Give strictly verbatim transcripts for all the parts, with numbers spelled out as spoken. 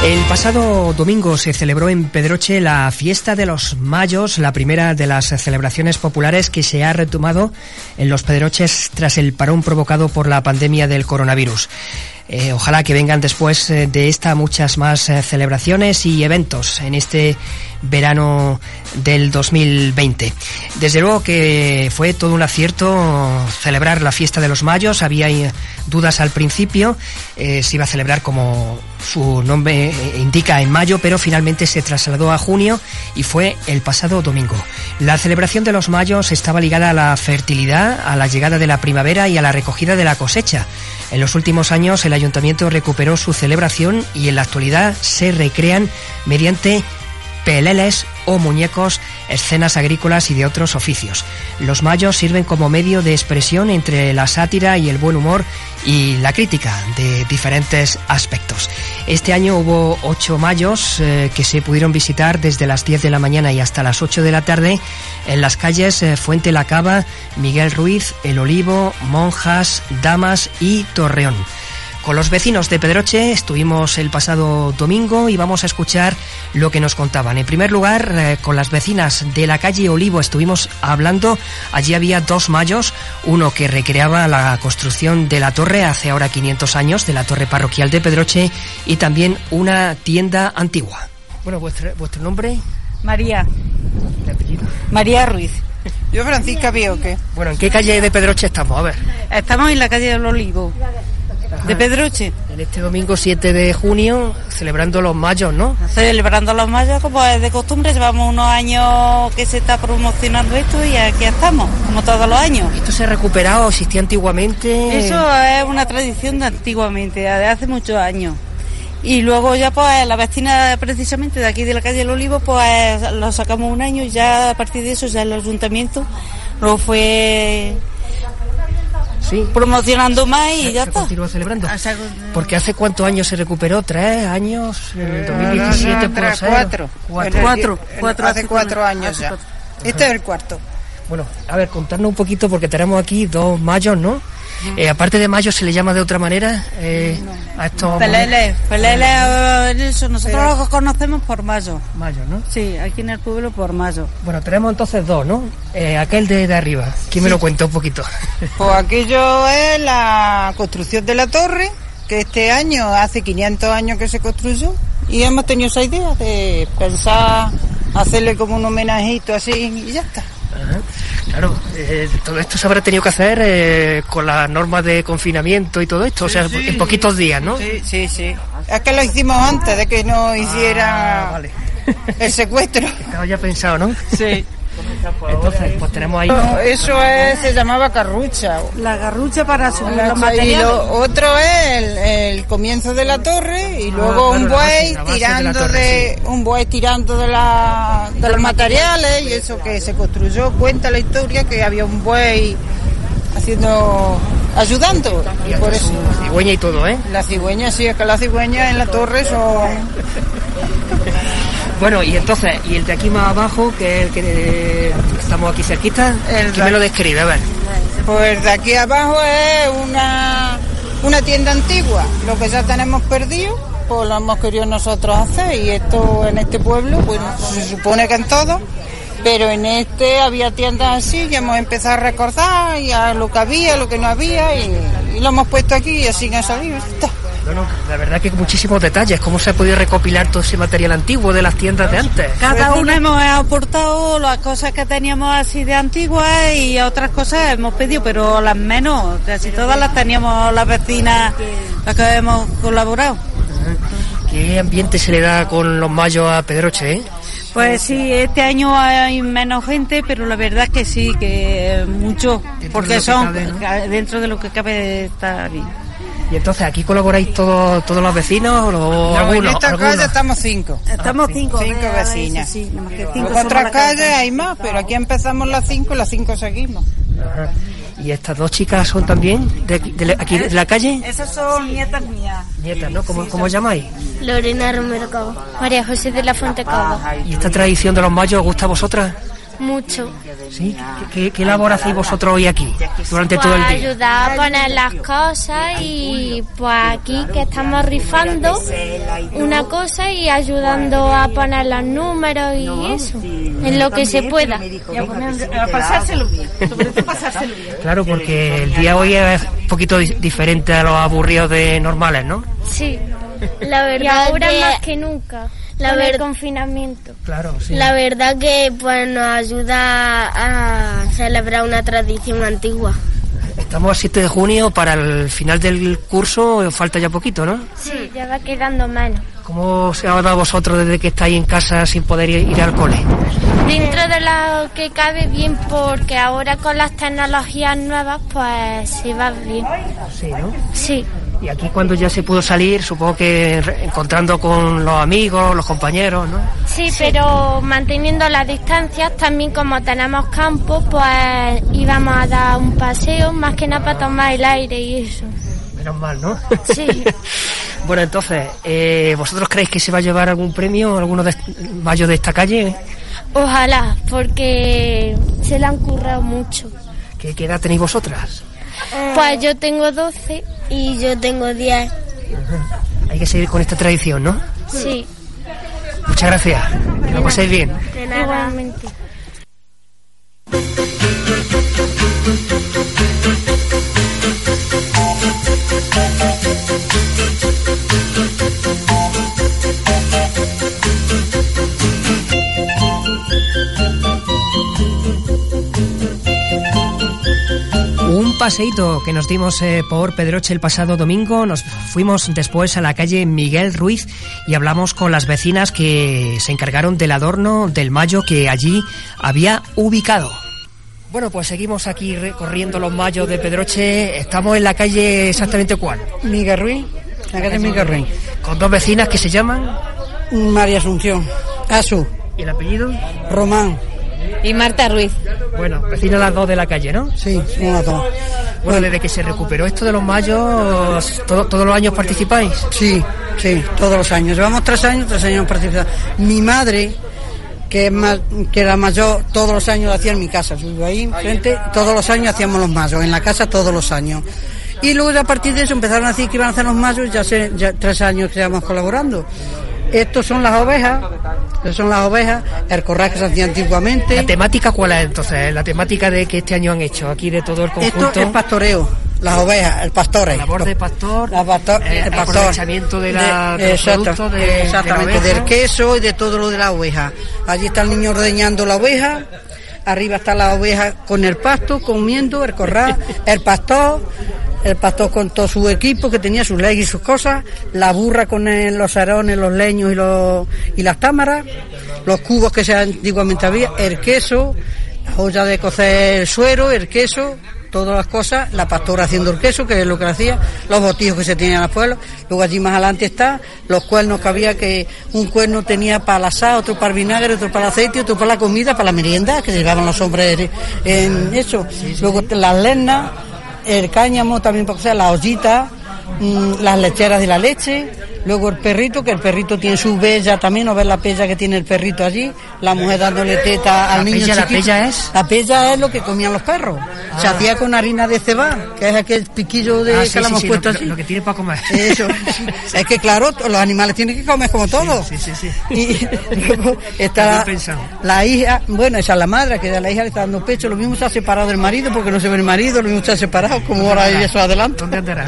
El pasado domingo se celebró en Pedroche la Fiesta de los Mayos, la primera de las celebraciones populares que se ha retomado en los Pedroches tras el parón provocado por la pandemia del coronavirus. Eh, ojalá que vengan después eh, de esta muchas más eh, celebraciones y eventos en este verano del dos mil veinte. Desde luego que fue todo un acierto celebrar la Fiesta de los Mayos. Había eh, dudas al principio, eh, se iba a celebrar como su nombre eh, indica en mayo, pero finalmente se trasladó a junio y fue el pasado domingo. La celebración de los Mayos estaba ligada a la fertilidad, a la llegada de la primavera y a la recogida de la cosecha. En los últimos años el ayuntamiento recuperó su celebración y en la actualidad se recrean mediante peleles o muñecos, escenas agrícolas y de otros oficios. Los mayos sirven como medio de expresión entre la sátira y el buen humor y la crítica de diferentes aspectos. Este año hubo ocho mayos eh, que se pudieron visitar desde las diez de la mañana y hasta las ocho de la tarde en las calles eh, Fuente la Cava, Miguel Ruiz, El Olivo, Monjas, Damas y Torreón. Con los vecinos de Pedroche estuvimos el pasado domingo y vamos a escuchar lo que nos contaban. En primer lugar, eh, con las vecinas de la calle Olivo estuvimos hablando. Allí había dos mayos, uno que recreaba la construcción de la torre hace ahora quinientos años, de la torre parroquial de Pedroche, y también una tienda antigua. Bueno, ¿vuestro, vuestro nombre? María. ¿El apellido? María Ruiz. Yo Francisca Bioque. Bueno, ¿en qué calle de Pedroche estamos? A ver. Estamos en la calle del Olivo. De Pedroche. En este domingo siete de junio, celebrando los mayos, ¿no? Celebrando los mayos como es de costumbre. Llevamos unos años que se está promocionando esto y aquí estamos, como todos los años. ¿Esto se ha recuperado? ¿Existía antiguamente? Eso es una tradición de antiguamente, de hace muchos años. Y luego ya pues la vecina precisamente de aquí de la calle del Olivo, pues lo sacamos un año y ya a partir de eso ya el ayuntamiento lo fue... Sí. Promocionando más y se, ya se está. Continúa celebrando. Porque ¿hace cuántos años se recuperó? ¿Tres años? ¿En el dos mil diecisiete? No, no, tres, cuatro. Cuatro. Cuatro. Cuatro. Hace cuatro años ya. Este es el cuarto. Bueno, a ver, contarnos un poquito porque tenemos aquí dos mayos, ¿no? Eh, aparte de mayo, ¿se le llama de otra manera? Eh, no. A estos Peleles. Peleles, eso. Nosotros Pero... los conocemos por mayo. Mayo, ¿no? Sí, aquí en el pueblo por mayo. Bueno, tenemos entonces dos, ¿no? Eh, aquel de, de arriba. ¿Quién sí. me lo cuenta un poquito? Pues aquello es la construcción de la torre, que este año, hace quinientos años que se construyó, y hemos tenido esa idea de pensar hacerle como un homenajito así y ya está. Ajá. Claro, eh, todo esto se habrá tenido que hacer eh, con las normas de confinamiento y todo esto, o sea, sí, en poquitos días, ¿no? Sí, sí, sí. Es que lo hicimos antes de que nos hiciera ah, vale. el secuestro. Estaba ya pensado, ¿no? Sí. Entonces, pues tenemos ahí... No, eso es, se llamaba carrucha. La carrucha para subir la, los materiales. Y lo otro es el, el comienzo de la torre y luego ah, claro, un buey la base, la base tirando de, torre, de sí. un buey tirando de la de los materiales y eso que se construyó. Cuenta la historia que había un buey haciendo ayudando y, y por eso la cigüeña y todo, ¿eh? La cigüeña sí, es que las cigüeñas en la torre son... Bueno, y entonces, y el de aquí más abajo, que es el que estamos aquí cerquita, el ¿quién me lo describe? A ver. Pues de aquí abajo es una, una tienda antigua, lo que ya tenemos perdido, pues lo hemos querido nosotros hacer, y esto en este pueblo, pues se supone que en todo, pero en este había tiendas así, y hemos empezado a recordar, y a lo que había, lo que no había, y, y lo hemos puesto aquí, y así ha salido. Está. Bueno, la verdad que muchísimos detalles, cómo se ha podido recopilar todo ese material antiguo de las tiendas de antes. Cada uno hemos aportado las cosas que teníamos así de antiguas y otras cosas hemos pedido, pero las menos, casi todas las teníamos las vecinas, las que hemos colaborado. ¿Qué ambiente se le da con los mayos a Pedroche, eh? Pues sí, este año hay menos gente, pero la verdad es que sí, que mucho, porque son cabe, ¿no? Dentro de lo que cabe está bien. Y entonces, ¿aquí colaboráis todos todos los vecinos o no, algunos? En esta algunos? calle estamos cinco. Estamos cinco. Cinco de, vecinas. Sí, que cinco en otras calles hay más, pero aquí empezamos las cinco y las cinco seguimos. Ajá. ¿Y estas dos chicas son también de, de, de aquí de la calle? Esas son nietas mías. Nietas, ¿no? ¿Cómo, ¿cómo os llamáis? Lorena Romero Cabo. María José de la Fuente Cabo. ¿Y esta tradición de los mayos os gusta a vosotras? Mucho. ¿Sí? ¿Qué, qué labor hacéis vosotros hoy aquí, durante Pues todo el día? ayudar a poner las cosas y pues aquí que estamos rifando una cosa y ayudando a poner los números y eso, en lo que se pueda. Y a, poner, a pasárselo bien, sobre todo pasárselo bien. Claro, porque el día hoy es un poquito di- diferente a los aburridos de normales, ¿no? Sí, La verdad y ahora que, más que nunca, la con el ver- confinamiento. Claro, sí. la verdad que pues nos ayuda a celebrar una tradición antigua. Estamos a siete de junio, para el final del curso falta ya poquito, ¿no? Sí, ya va quedando menos. ¿Cómo se ha dado a vosotros desde que estáis en casa sin poder ir, ir al cole? Dentro de lo que cabe bien, porque ahora con las tecnologías nuevas pues se va bien. Sí, ¿no? Sí, Y aquí cuando ya se pudo salir, supongo que re- encontrando con los amigos, los compañeros, ¿no? sí, pero manteniendo las distancias, también como tenemos campo, pues íbamos a dar un paseo, más que nada para tomar el aire y eso. Menos mal, ¿no? Sí. Bueno, entonces, eh, ¿vosotros creéis que se va a llevar algún premio, alguno de mayos de esta calle? Ojalá, porque se le han currado mucho. ¿Qué, qué edad tenéis vosotras? Pues yo tengo doce, Y yo tengo diez. Hay que seguir con esta tradición, ¿no? sí, Muchas gracias. Que lo paséis bien. igualmente. Un paseíto que nos dimos eh, por Pedroche el pasado domingo. Nos fuimos después a la calle Miguel Ruiz y hablamos con las vecinas que se encargaron del adorno del mayo que allí había ubicado. Bueno, pues seguimos aquí recorriendo los mayos de Pedroche. Estamos en la calle exactamente ¿cuál? Miguel Ruiz, la calle Miguel Ruiz. Con dos vecinas que se llaman. María Asunción, Asu, ¿Y el apellido? Román, Y Marta Ruiz. Bueno, vecinas las dos de la calle, ¿no? sí, son las dos. Bueno, desde que se recuperó esto de los mayos, ¿todo- ¿todos los años participáis? Sí, sí, todos los años. Llevamos tres años, tres años participando. Mi madre, que es más, que era mayor, todos los años lo hacía en mi casa. Yo vivo ahí enfrente, todos los años hacíamos los mayos, en la casa todos los años. Y luego ya a partir de eso empezaron a decir que iban a hacer los mayos, ya hace ya tres años que llevamos colaborando. Estos son las ovejas, estas son las ovejas, el corral que se hacía antiguamente. ¿La temática cuál es entonces? ¿La temática de que este año han hecho aquí de todo el conjunto? Esto es pastoreo, las ovejas, el pastor. La labor de pastor, la pastor, eh, el el pastor. aprovechamiento de la- de los exacto, productos de- de la exactamente, oveja. del queso y de todo lo de la oveja. Allí está el niño ordeñando la oveja, arriba está la oveja con el pasto, comiendo, el corral, el pastor, el pastor con todo su equipo que tenía sus leyes y sus cosas, la burra con el- los arones, los leños y, los, y las támaras, los cubos que se antiguamente había, el queso, la olla de cocer el suero, el queso, todas las cosas, la pastora haciendo el queso, que es lo que hacía, los botijos que se tenían a pueblo. Luego allí más adelante está los cuernos que había, que un cuerno tenía para el asado, otro para el vinagre, otro para el aceite, otro para la comida, para la merienda, que llevaban los hombres en eso. Luego las lenas, el cáñamo también para cocer, la ollita, mmm, las lecheras de la leche. Luego el perrito, que el perrito tiene su pella también, ¿no ves la pella que tiene el perrito allí? La mujer dándole teta al ¿La niño pella, la chiquito. pella es? La pella es lo que comían los perros. Se Ah. hacía con harina de cebada, que es aquel piquillo de Ah, que sí, le sí, hemos sí, puesto lo, así. lo que tiene para comer. Eso. Es que claro, los animales tienen que comer como todos. Sí, sí, sí. Y luego está Bien la, pensado. la hija, bueno, esa es la madre, que de la hija le está dando pecho. Lo mismo se ha separado del marido porque no se ve el marido, lo mismo se ha separado, como ahora ella se adelanta. ¿Dónde andará?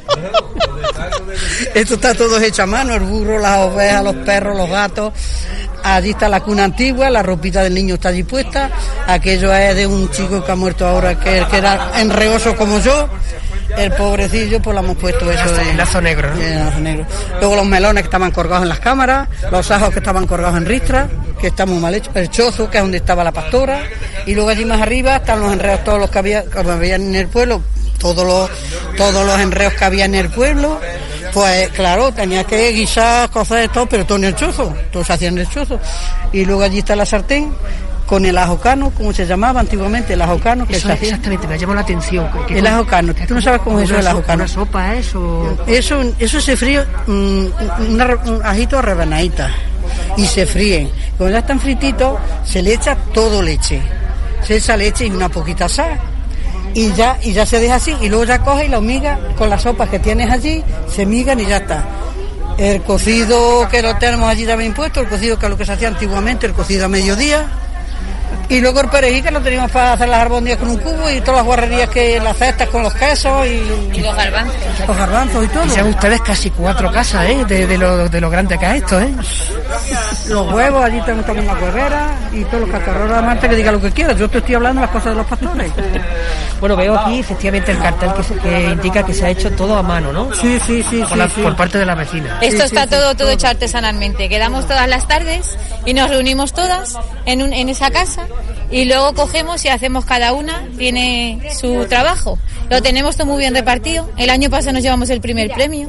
Esto está todo hecho a mano, el burro, las ovejas, los perros, los gatos. Allí está la cuna antigua, la ropita del niño está allí puesta. Aquello es de un chico que ha muerto ahora, que, que era enreoso como yo. El pobrecillo, pues le hemos puesto eso de... El lazo negro, ¿no? El lazo negro. Luego los melones que estaban colgados en las cámaras, los ajos que estaban colgados en ristra, que está muy mal hecho, el chozo, que es donde estaba la pastora, y luego allí más arriba están los enreos, todos los que había, como había en el pueblo, todos los, todos los enreos que había en el pueblo. Pues claro, tenía que guisar, cocer todo, pero todo en el chozo, todo se hacía en el chozo. Y luego allí está la sartén, con el ajocano, como se llamaba antiguamente, el ajocano, que Eso se es, hacía. exactamente, me ha llamado la atención. ¿Qué- El ajocano, qué- ¿tú no sabes cómo es eso del una so- ajocano? ¿Una sopa es o...? Eso, eso se frío, mm, una, un ajito a rebanaditas. y se fríen. Cuando ya están frititos, se le echa todo leche. Se echa leche y una poquita sal. Y ya, y ya se deja así, y luego ya coge y la miga con las sopas que tienes allí, se migan y ya está. El cocido que lo tenemos allí también puesto, el cocido que es lo que se hacía antiguamente, el cocido a mediodía. Y luego el perejil que lo teníamos para hacer las albóndigas con un cubo y todas las guarrerías que las cestas con los quesos y, y los garbanzos. Los garbanzos y todo. Y sean ustedes casi cuatro casas, ¿eh? De, de, lo, de lo grande que es esto, ¿eh? Los huevos, allí tenemos también la huevera y todos los cacarrones de Marta que diga lo que quiera. Yo te estoy hablando de las cosas de los pastores. Bueno, veo aquí efectivamente el cartel que, se, que indica que se ha hecho todo a mano, ¿no? Sí, sí, sí. Por, sí, la, sí. por parte de la vecina. Esto sí, está sí, todo sí, todo todo. hecho artesanalmente. Quedamos todas las tardes y nos reunimos todas en, un, en esa casa y luego cogemos y hacemos cada una, tiene su trabajo. Lo tenemos todo muy bien repartido. El año pasado nos llevamos el primer premio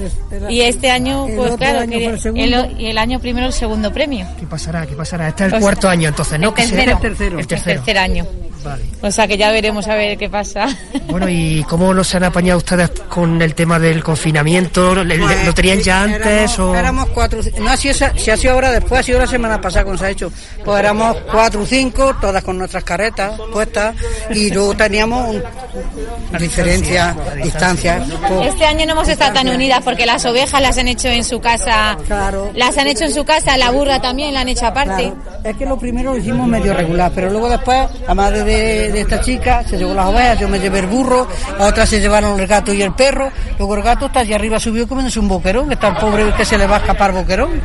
y este año, pues claro, año que fue el el, y el año primero el segundo premio. ¿Qué pasará? ¿Qué pasará? Este es el Pues, cuarto año entonces, ¿no? El Que se- tercero. El tercero. El tercero. El tercer año. Vale. O sea que ya veremos a ver qué pasa. Bueno, ¿y cómo los han apañado ustedes con el tema del confinamiento? ¿Lo, le- Pues, ¿lo tenían ya antes éramos, o...? éramos cuatro, no así es, si ha sido ahora después, ha sido la semana pasada cuando se ha hecho, pues éramos cuatro o cinco, todas con nuestras caretas puestas, y luego teníamos un, diferencias, distancias. poco. Este año no hemos estado tan unidas porque las ovejas las han hecho en su casa. Claro. Las han hecho en su casa, la burra también la han hecho aparte. Claro, es que lo primero lo hicimos medio regular, pero luego después la madre de, de esta chica se llevó las ovejas, yo me llevé el burro, la otra se llevaron el gato y el perro, luego el gato está allí arriba subió comiéndose un boquerón, que está el pobre que se le va a escapar boquerón.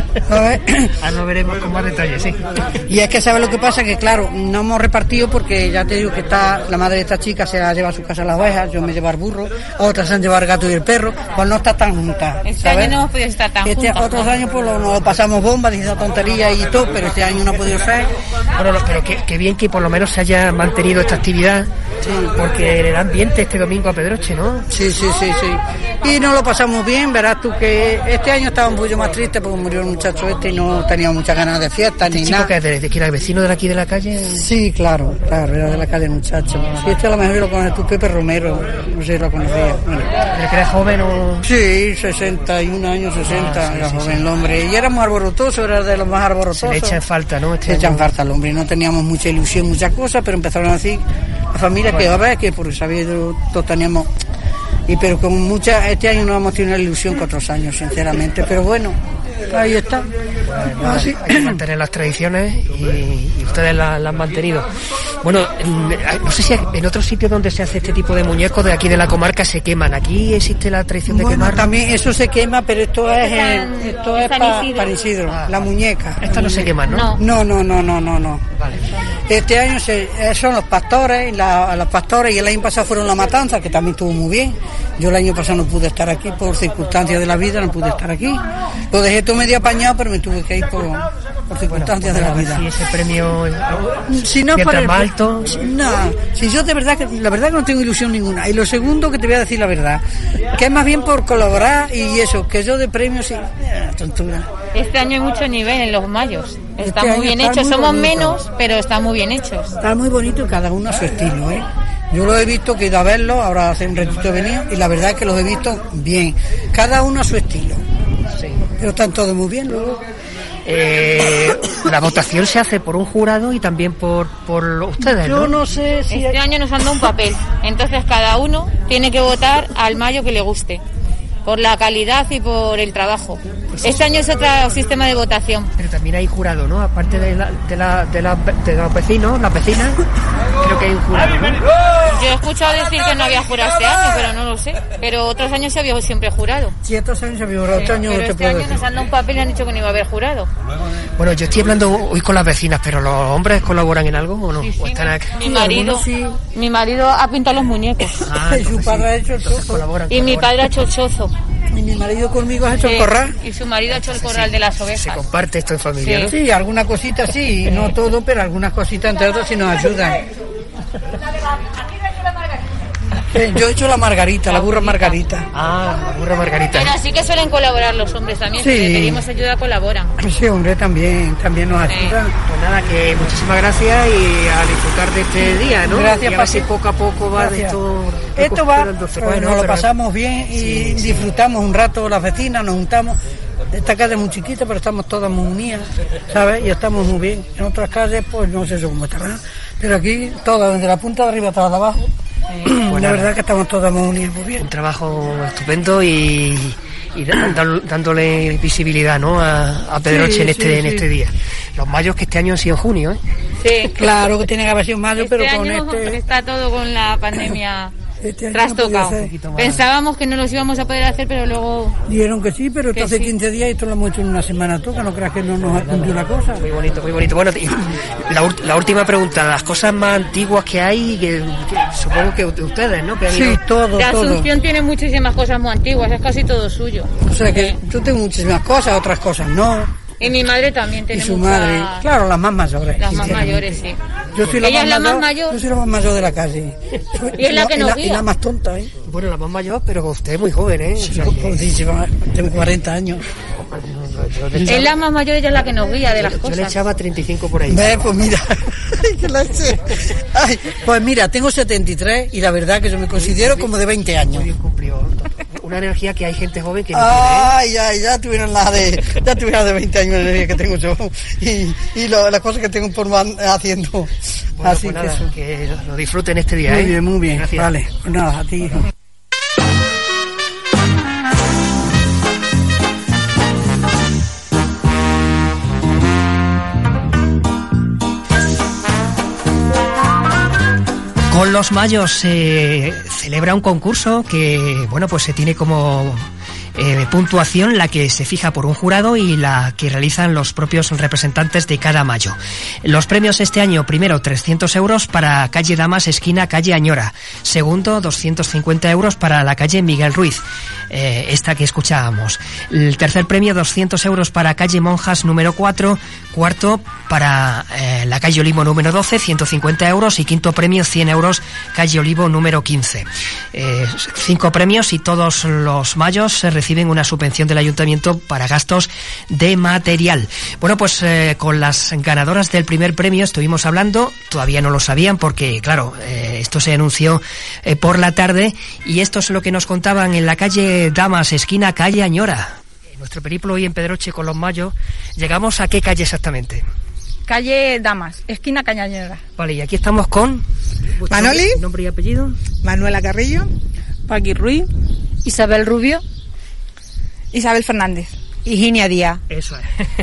A ver. Ah, lo veremos con más detalle, sí. Y es que ¿sabes lo que pasa? Que claro, no hemos repartido porque ya te digo que está la madre de esta chica se ha llevado a su casa las ovejas, yo me llevo el burro, otras se han llevado el gato y el perro, pues no está tan juntas. Este ¿sabes? año no hemos podido estar tan Este, juntas. otros años pues lo, nos lo pasamos bomba, diciendo tonterías y todo, pero este año no ha podido ser. Bueno, lo- pero qué, qué bien que por lo menos se haya mantenido esta actividad, porque le da ambiente este domingo a Pedroche, ¿no? Sí, sí, sí, sí. Y nos lo pasamos bien, verás tú que este año estaba un poquillo más triste porque murió el muchacho este y no teníamos muchas ganas de fiesta ni Chico nada. que, de, de, que era vecino de aquí de la calle. Sí, claro, claro, era de la calle muchacho. Sí, este a lo mejor lo conoces tú, Pepe Romero, no sé si lo conocías. ¿De que era joven o...? Sí, sesenta y un años, sesenta, Ah, sí, era sí, joven sí. el hombre. Y éramos alborotosos, era de los más alborotosos. Se le echa en falta, ¿no? Este Se echan año. falta al hombre, no teníamos mucha ilusión, muchas cosas, pero empezaron a decir la familia que a ver, que porque sabía todos teníamos, y pero con mucha, este año no hemos tenido la ilusión que otros años, sinceramente, pero bueno, ahí está. Bueno, Así. hay que mantener las tradiciones y, y ustedes las la han mantenido. Bueno, en- no sé si en otros sitios donde se hace este tipo de muñecos de aquí de la comarca se queman. ¿Aquí existe la tradición de Bueno, quemar? también eso se quema, pero esto es en- esto es San para Isidro. Isidro, la muñeca. Estas no se queman, ¿no? No. No, no, no, no, no, no. Vale. Este año se, eh, son los pastores, la, los pastores, y el año pasado fueron la matanza, que también estuvo muy bien. Yo el año pasado no pude estar aquí por circunstancias de la vida, no pude estar aquí. Lo dejé todo medio apañado, pero me tuve que ir por, por circunstancias de la A ver vida. si ese premio... Si no mientras por el- más alto... No, si yo de verdad que la verdad que no tengo ilusión ninguna. Y lo segundo que te voy a decir la verdad, que es más bien por colaborar y eso, que yo de premios sí, eh, tontura. Este año hay mucho nivel en los mayos. Está Este muy año bien está hechos. muy Somos bonito. menos, pero están muy bien hechos. Está muy bonito y cada uno a su estilo, ¿eh? Yo lo he visto, que he ido a verlo, ahora hace un ratito he venido, y la verdad es que los he visto bien. Cada uno a su estilo. Pero están todos muy bien, luego. Eh, la votación se hace por un jurado y también por, por ustedes, Yo ¿no? no sé si... Este año nos han dado un papel. Entonces cada uno tiene que votar al mayo que le guste. Por la calidad y por el trabajo. Este año es otro sistema de votación. Pero también hay jurado, ¿no? Aparte de, la, de, la, de, la, de los vecinos, las vecinas, creo que hay un jurado, ¿no? Yo he escuchado decir que no había jurado este año, pero no lo sé. Pero otros años se había siempre jurado. Si estos años se había jurado, este año Pero no te este puedo año decir. nos han dado un papel y han dicho que no iba a haber jurado. Bueno, yo estoy hablando hoy con las vecinas, pero ¿los hombres colaboran en algo o no? Sí, sí, ¿O están aquí? mi marido, algunos sí. mi marido ha pintado los muñecos. Ah, Y su entonces padre sí. ha hecho el Entonces trozo. colaboran. Y mi colaboran. padre ha hecho el chozo. Y mi marido conmigo ha hecho el Sí, corral. y su marido ha hecho el corral de las Se ovejas. comparte esto en familia, Sí. ¿no? Sí, alguna cosita sí, no todo, pero algunas cositas entre otras sí nos ayudan. Eh, Yo he hecho la margarita, la burra margarita. Ah, la burra Margarita. Pero sí que suelen colaborar los hombres también. Sí. Si le pedimos ayuda, colaboran. Sí, hombre, también, también nos Sí. ayudan. Pues nada, que muchísimas gracias y a disfrutar de este día, ¿no? Gracias, y a ver si Paqui. poco a poco va de Gracias. esto... Esto va, recuperándose. pues, Bueno, nos lo pero- pasamos bien y Sí, sí. disfrutamos un rato las vecinas, nos juntamos. esta calle es muy chiquita, pero estamos todas muy unidas, ¿sabes? Y estamos muy bien. En otras calles, pues no sé cómo estarán, pero aquí, todas, desde la punta de arriba hasta la de abajo, eh, pues la verdad que estamos todas muy unidas muy bien. Un trabajo estupendo y, y dándole visibilidad, ¿no?, a, a Pedroche sí, en este sí, en este sí. día. Los mayos que este año han sido en junio, ¿eh? Sí, claro que tiene que haber sido en mayo, este pero año con este... está todo con la pandemia este trastocado. No pensábamos que no los íbamos a poder hacer, pero luego... Dijeron que sí, pero esto hace sí. quince días y esto lo hemos hecho en una semana toca, no creas que no nos ha cumplido la cosa. Muy bonito, muy bonito. Bueno, la, la última pregunta, las cosas más antiguas que hay, que, que supongo que ustedes, ¿no? Que han sí, ido... todo, La Asunción todo. tiene muchísimas cosas muy antiguas, es casi todo suyo. O sea que yo tengo muchísimas cosas, otras cosas no. Y mi madre también tiene y su mucha... madre, claro, las más mayores. Las más mayores, sí. Yo soy la Ella más, es la mayor, más mayor. Yo soy la más mayor de la calle. Soy, y es la que nos y la, guía. y la más tonta, ¿eh? Bueno, la más mayor, pero usted es muy joven, ¿eh? Sí, o sea, que... tengo cuarenta años. Es la más mayor, ella es la que nos guía de las yo, cosas. Yo le echaba treinta y cinco por ahí. Ve, pues mira. que la eché. Ay, pues mira, tengo setenta y tres y la verdad que yo me considero como de veinte años. Muy bien cumplido. Una energía que hay gente joven que no ay, tiene. Ay, ya tuvieron la de, ya tuvieron de veinte años la energía que tengo yo y, y lo, las cosas que tengo por man, haciendo. Bueno, así pues que nada, eso. Que lo disfruten este día. Muy ¿eh? bien, muy bien. Gracias. Vale, pues nada, a ti, hijo. Con los mayos se celebra un concurso que, bueno, pues se tiene como eh, puntuación la que se fija por un jurado y la que realizan los propios representantes de cada mayo. Los premios este año, primero trescientos euros para calle Damas, esquina calle Añora. Segundo, doscientos cincuenta euros para la calle Miguel Ruiz, eh, esta que escuchábamos. El tercer premio, doscientos euros para calle Monjas número cuatro. Cuarto, para eh, la calle Olivo número doce, ciento cincuenta euros. Y quinto premio, cien euros, calle Olivo número quince. Eh, cinco premios y todos los mayos se reciben una subvención del ayuntamiento para gastos de material. Bueno, pues eh, con las ganadoras del primer premio estuvimos hablando, todavía no lo sabían porque, claro, eh, esto se anunció eh, por la tarde y esto es lo que nos contaban en la calle Damas, esquina calle Añora. En nuestro periplo hoy en Pedroche con los mayos, ¿llegamos a qué calle exactamente? Calle Damas, esquina calle Añora. Vale, y aquí estamos con... Manoli. Nombre, nombre y apellido. Manuela Carrillo. Paqui Ruiz. Isabel Rubio. Isabel Fernández. Higinia Díaz. Eso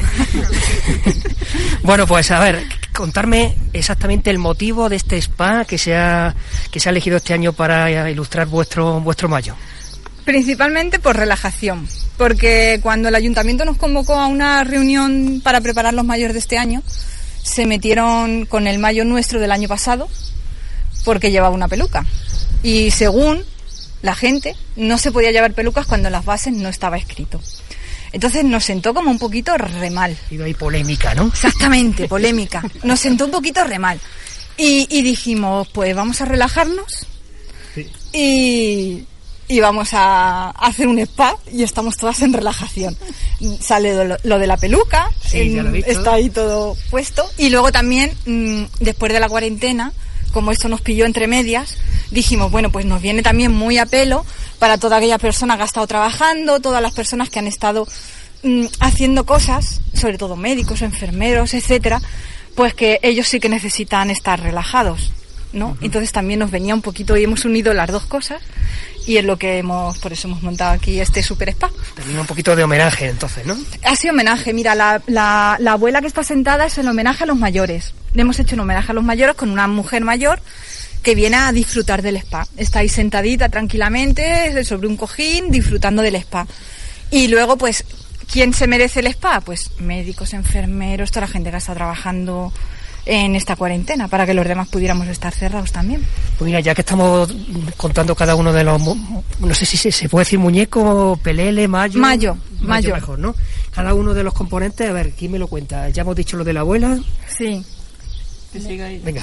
es. Bueno, pues a ver, contarme exactamente el motivo de este spa que se ha, que se ha elegido este año para ilustrar vuestro, vuestro mayo. Principalmente por relajación, porque cuando el ayuntamiento nos convocó a una reunión para preparar los mayos de este año, se metieron con el mayo nuestro del año pasado porque llevaba una peluca. Y según la gente, no se podía llevar pelucas cuando en las bases no estaba escrito. Entonces nos sentó como un poquito re mal. Y hay polémica, ¿no? Exactamente, polémica. Nos sentó un poquito re mal. Y, y dijimos, pues vamos a relajarnos sí. y, y vamos a hacer un spa y estamos todas en relajación. Sale lo, lo de la peluca, sí, en, ya lo he visto. Está ahí todo puesto. Y luego también, mmm, después de la cuarentena, como esto nos pilló entre medias, dijimos, bueno, pues nos viene también muy a pelo para toda aquella persona que ha estado trabajando, todas las personas que han estado mmm, haciendo cosas, sobre todo médicos, enfermeros, etcétera, pues que ellos sí que necesitan estar relajados, ¿no? Uh-huh. Entonces también nos venía un poquito y hemos unido las dos cosas y es lo que hemos, por eso hemos montado aquí este super spa. También un poquito de homenaje entonces, ¿no? Ha sido homenaje, mira, la, la, la abuela que está sentada es el homenaje a los mayores. Le hemos hecho un homenaje a los mayores con una mujer mayor que viene a disfrutar del spa. Está ahí sentadita tranquilamente sobre un cojín disfrutando del spa. Y luego pues, ¿quién se merece el spa? Pues médicos, enfermeros, toda la gente que está trabajando en esta cuarentena para que los demás pudiéramos estar cerrados también. Pues mira, ya que estamos contando cada uno de los, no sé si se, se puede decir muñeco, pelele, mayo. Mayo, mayo. Mayo mejor, ¿no? Cada uno de los componentes, a ver, ¿quién me lo cuenta? Ya hemos dicho lo de la abuela. Sí. Que siga ahí. Venga.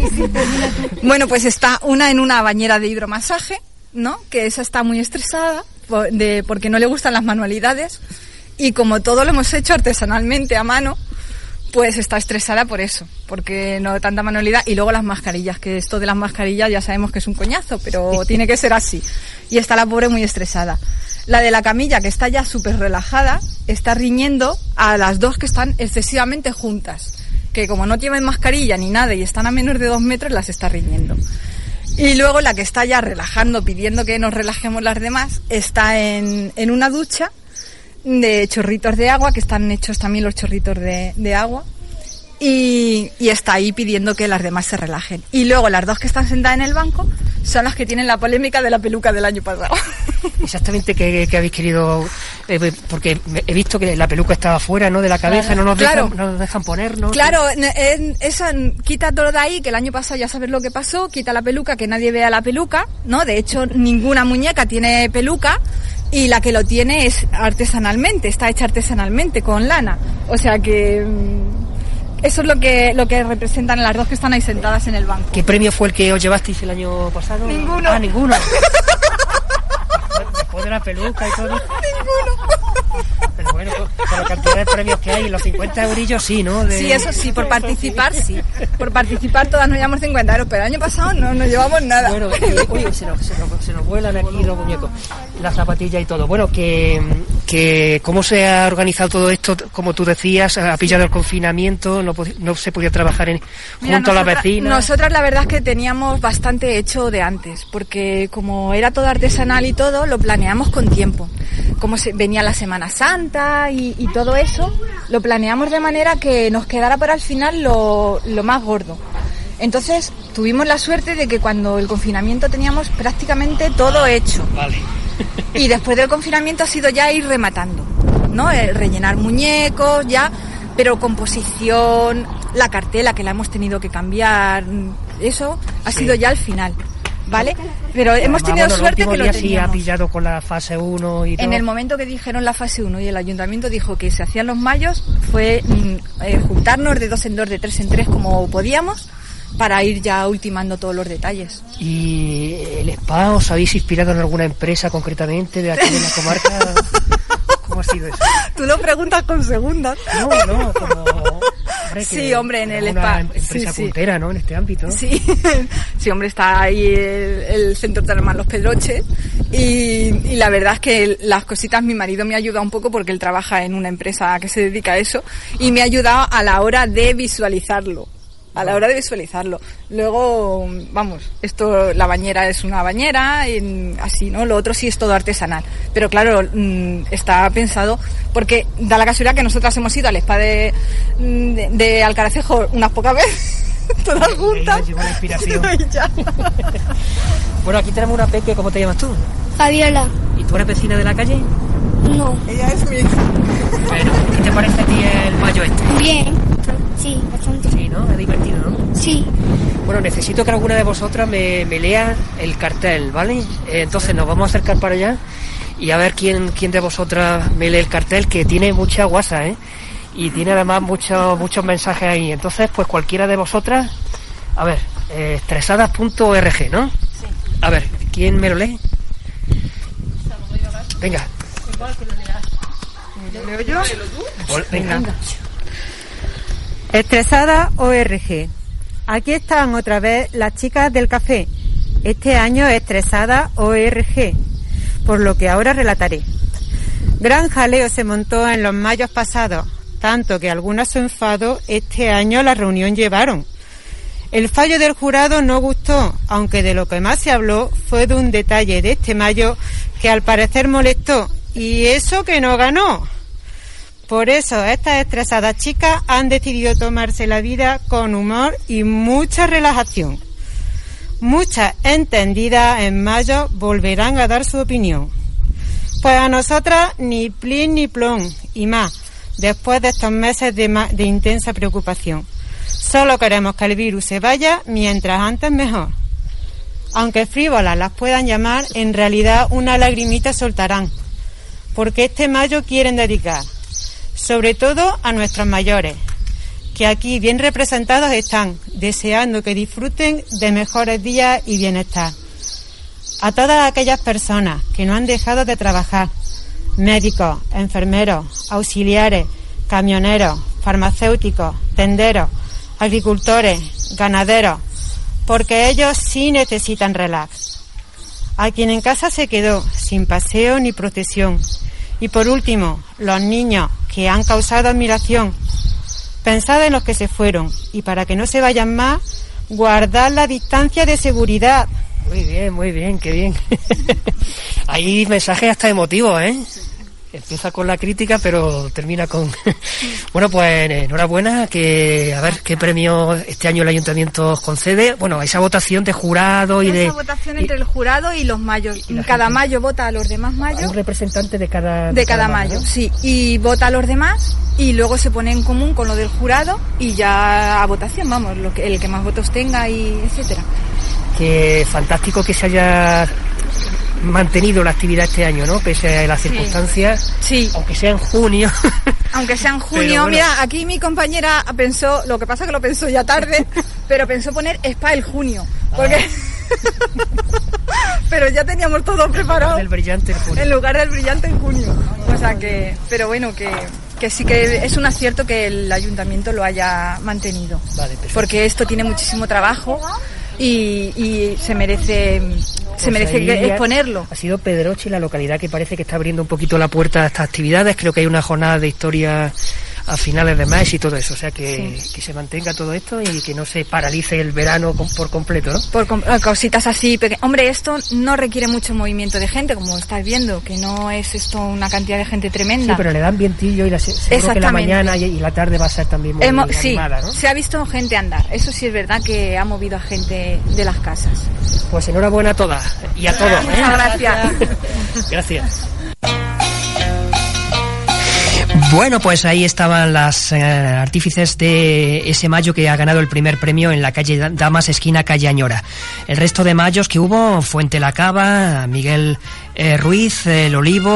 Bueno, pues está una en una bañera de hidromasaje, ¿no? Que esa está muy estresada por, de, porque no le gustan las manualidades y como todo lo hemos hecho artesanalmente a mano, pues está estresada por eso, porque no tanta manualidad. Y luego las mascarillas, que esto de las mascarillas ya sabemos que es un coñazo, pero tiene que ser así. Y está la pobre muy estresada. La de la camilla, que está ya súper relajada, está riñendo a las dos que están excesivamente juntas, que como no tienen mascarilla ni nada y están a menos de dos metros, las está riñendo. Y luego la que está ya relajando, pidiendo que nos relajemos las demás, está en, en una ducha de chorritos de agua, que están hechos también los chorritos de, de agua, y, y está ahí pidiendo que las demás se relajen. Y luego las dos que están sentadas en el banco son las que tienen la polémica de la peluca del año pasado. Exactamente, ¿qué, qué habéis querido? Eh, porque he visto que la peluca estaba fuera, ¿no?, de la cabeza, claro, no nos dejan, claro. no nos dejan poner, ¿no? Claro, eh, eso, quita todo de ahí, que el año pasado ya sabes lo que pasó, quita la peluca, que nadie vea la peluca, ¿no? De hecho, ninguna muñeca tiene peluca, y la que lo tiene es artesanalmente, está hecha artesanalmente, con lana. O sea que... Eso es lo que lo que representan las dos que están ahí sentadas en el banco. ¿Qué premio fue el que os llevasteis el año pasado? Ninguno. Ah, ninguno. Después de la peluca y todo. Ninguno. Pero bueno, con la cantidad de premios que hay, los cincuenta eurillos sí, ¿no? De... Sí, eso sí, por participar sí. Por participar todas nos llevamos cincuenta euros, pero el año pasado no nos llevamos nada. Bueno, eh, oye, se nos, se, nos, se nos vuelan aquí los muñecos, las zapatillas y todo. Bueno, que, que cómo se ha organizado todo esto, como tú decías, ha pillado el confinamiento, no, no se podía trabajar en, Mira, junto nosotras, a las vecinas. Nosotras la verdad es que teníamos bastante hecho de antes, porque como era todo artesanal y todo, lo planeamos con tiempo. Como se, venía la Semana Santa y, y todo eso, lo planeamos de manera que nos quedara para el final lo, lo más gordo. Entonces tuvimos la suerte de que cuando el confinamiento teníamos prácticamente todo hecho. Vale. Y después del confinamiento ha sido ya ir rematando, ¿no? El rellenar muñecos, ya, pero composición, la cartela que la hemos tenido que cambiar, eso ha sí. sido ya al final. ¿Vale? Pero Además, hemos tenido bueno, suerte que lo teníamos. Sí ha pillado con la fase uno y todo. En el momento que dijeron la fase uno y el ayuntamiento dijo que se hacían los mayos, fue mm, eh, juntarnos de dos en dos, de tres en tres como podíamos, para ir ya ultimando todos los detalles. ¿Y el spa os habéis inspirado en alguna empresa concretamente de aquí de la comarca? ¿Cómo ha sido eso? Tú lo preguntas con segundas. No, no, como... Hombre, sí, hombre, en el spa. Una empresa sí, puntera, sí. ¿no? En este ámbito. Sí, sí, hombre, está ahí el, el Centro Termal Los Pedroches y, y la verdad es que las cositas, mi marido me ha ayudado un poco porque él trabaja en una empresa que se dedica a eso y me ha ayudado a la hora de visualizarlo. A la hora de visualizarlo. Luego, vamos, esto, la bañera es una bañera, y así, ¿no? Lo otro sí es todo artesanal. Pero claro, está pensado, porque da la casualidad que nosotras hemos ido al spa de, de, de Alcaracejo unas pocas veces, todas juntas. Llegó la inspiración. Bueno, aquí tenemos una peque, ¿cómo te llamas tú? Fabiola. ¿Y tú eres vecina de la calle? No. Ella es mi hija. Bueno, ¿qué te parece a ti el mayo este? Bien. Sí, bastante. Sí, ¿no? Es divertido, ¿no? Sí. Bueno, necesito que alguna de vosotras me, me lea el cartel, ¿vale? Eh, entonces nos vamos a acercar para allá y a ver quién, quién de vosotras me lee el cartel, que tiene mucha guasa, ¿eh? Y tiene además muchos muchos mensajes ahí. Entonces, pues cualquiera de vosotras, a ver, eh, estresadas punto org, ¿no? Sí. A ver, ¿quién me lo lee? Venga. ¿Lo leo yo? Venga. Estresada punto org. Aquí están otra vez las chicas del café. Este año Estresada punto org, por lo que ahora relataré. Gran jaleo se montó en los mayos pasados, tanto que algunas su enfado este año a la reunión llevaron. El fallo del jurado no gustó, aunque de lo que más se habló fue de un detalle de este mayo que al parecer molestó, y eso que no ganó. Por eso estas estresadas chicas han decidido tomarse la vida con humor y mucha relajación. Muchas entendidas en mayo volverán a dar su opinión. Pues a nosotras ni plin ni plon y más, después de estos meses de, ma- de intensa preocupación. Solo queremos que el virus se vaya mientras antes mejor. Aunque frívolas las puedan llamar, en realidad una lagrimita soltarán, porque este mayo quieren dedicar sobre todo a nuestros mayores, que aquí bien representados están, deseando que disfruten de mejores días y bienestar. A todas aquellas personas que no han dejado de trabajar, médicos, enfermeros, auxiliares, camioneros, farmacéuticos, tenderos, agricultores, ganaderos, porque ellos sí necesitan relax. a quien en casa se quedó sin paseo ni protección. Y por último, los niños que han causado admiración. Pensad en los que se fueron y para que no se vayan más, guardad la distancia de seguridad. Muy bien, muy bien, qué bien. Hay mensajes hasta emotivos, ¿eh? Empieza con la crítica, pero termina con... Bueno, pues enhorabuena, que a ver qué premio este año el Ayuntamiento os concede. Bueno, esa votación de jurado y esa de... Esa votación entre el jurado y los mayos. Y cada gente, mayo vota a los demás mayos. Un representante de cada... De, de cada, cada mayo, ¿no? Sí. Y vota a los demás y luego se pone en común con lo del jurado y ya a votación, vamos, lo que, el que más votos tenga y etcétera. Qué fantástico que se haya mantenido la actividad este año, ¿no? Pese a las sí. circunstancias, sí. aunque sea en junio. Aunque sea en junio, bueno. Mira, aquí mi compañera pensó, lo que pasa que lo pensó ya tarde, pero pensó poner Spa el junio, porque... Ah. Pero ya teníamos todo preparado. El brillante en junio. En lugar del brillante en junio. O sea que, pero bueno, que, que sí que es un acierto que el ayuntamiento lo haya mantenido. Vale, perfecto. Porque esto tiene muchísimo trabajo. Y, y se merece pues se merece exponerlo. Ha sido Pedroche la localidad que parece que está abriendo un poquito la puerta a estas actividades. Creo que hay una jornada de historia a finales de mes y todo eso, o sea que, sí. que se mantenga todo esto y que no se paralice el verano por completo, ¿no? Por com- cositas así, peque- hombre, esto no requiere mucho movimiento de gente, como estás viendo, que no es esto una cantidad de gente tremenda. Sí, pero le dan vientillo y la, seguro que la mañana y, y la tarde va a ser también muy Hemos, animada, sí, ¿no? Se ha visto gente andar, eso sí es verdad que ha movido a gente de las casas. Pues enhorabuena a todas y a todos. ¿eh? Muchas gracias. Gracias. Bueno, pues ahí estaban las eh, artífices de ese mayo que ha ganado el primer premio en la calle Damas, esquina calle Añora. El resto de mayos que hubo, Fuente la Cava, Miguel eh, Ruiz, El Olivo,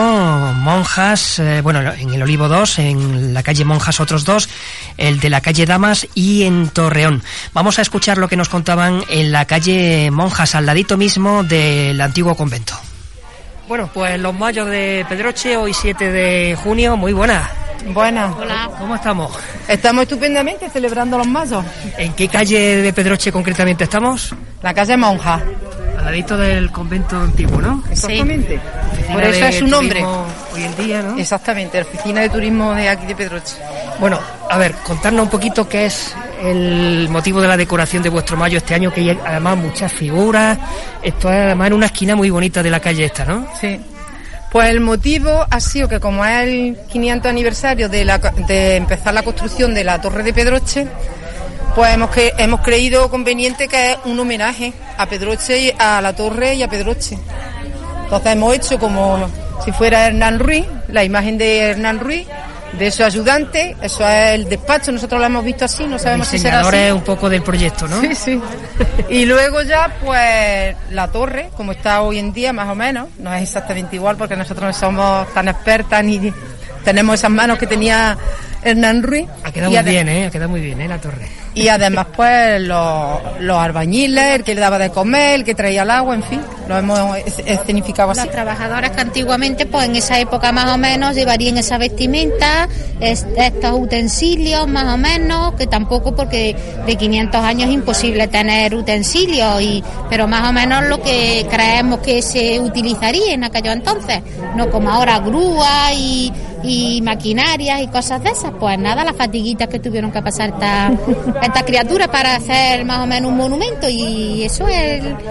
Monjas, eh, bueno, en el Olivo dos, en la calle Monjas otros dos, el de la calle Damas y en Torreón. Vamos a escuchar lo que nos contaban en la calle Monjas, al ladito mismo del antiguo convento. Bueno, pues los mayos de Pedroche, hoy siete de junio, muy buenas. Buenas. Hola. ¿Cómo estamos? Estamos estupendamente celebrando los mayos. ¿En qué calle de Pedroche concretamente estamos? La calle Monja. Al ladito del convento antiguo, ¿no? Exactamente. Sí. Por eso es su nombre. Hoy en día, ¿no? Exactamente, oficina de turismo de aquí de Pedroche. Bueno, a ver, contarnos un poquito qué es el motivo de la decoración de vuestro mayo este año, que hay además muchas figuras. Esto es además en una esquina muy bonita de la calle esta, ¿no? Sí. Pues el motivo ha sido que como es el quinientos aniversario de, la, de empezar la construcción de la Torre de Pedroche, pues hemos, que, hemos creído conveniente que es un homenaje a Pedroche, y a la Torre y a Pedroche. Entonces hemos hecho como si fuera Hernán Ruiz, la imagen de Hernán Ruiz, de su ayudante, eso es el despacho, nosotros lo hemos visto así, no sabemos si será así. Es un poco del proyecto, ¿no? Sí, sí. Y luego ya, pues, la torre, como está hoy en día, más o menos, no es exactamente igual porque nosotros no somos tan expertas ni tenemos esas manos que tenía Hernán Ruiz. Ha quedado muy bien, ¿eh? Ha quedado muy bien, ¿eh? La torre. Y además, pues, los, los albañiles, el que le daba de comer, el que traía el agua, en fin, lo hemos escenificado así. Las trabajadoras que antiguamente, pues en esa época más o menos, llevarían esa vestimenta, es, estos utensilios más o menos, que tampoco, porque de quinientos años es imposible tener utensilios, y pero más o menos lo que creemos que se utilizaría en aquellos entonces, no como ahora grúas y, y maquinarias y cosas de esas. Pues nada, las fatiguitas que tuvieron que pasar esta, estas criaturas para hacer más o menos un monumento, y eso es el,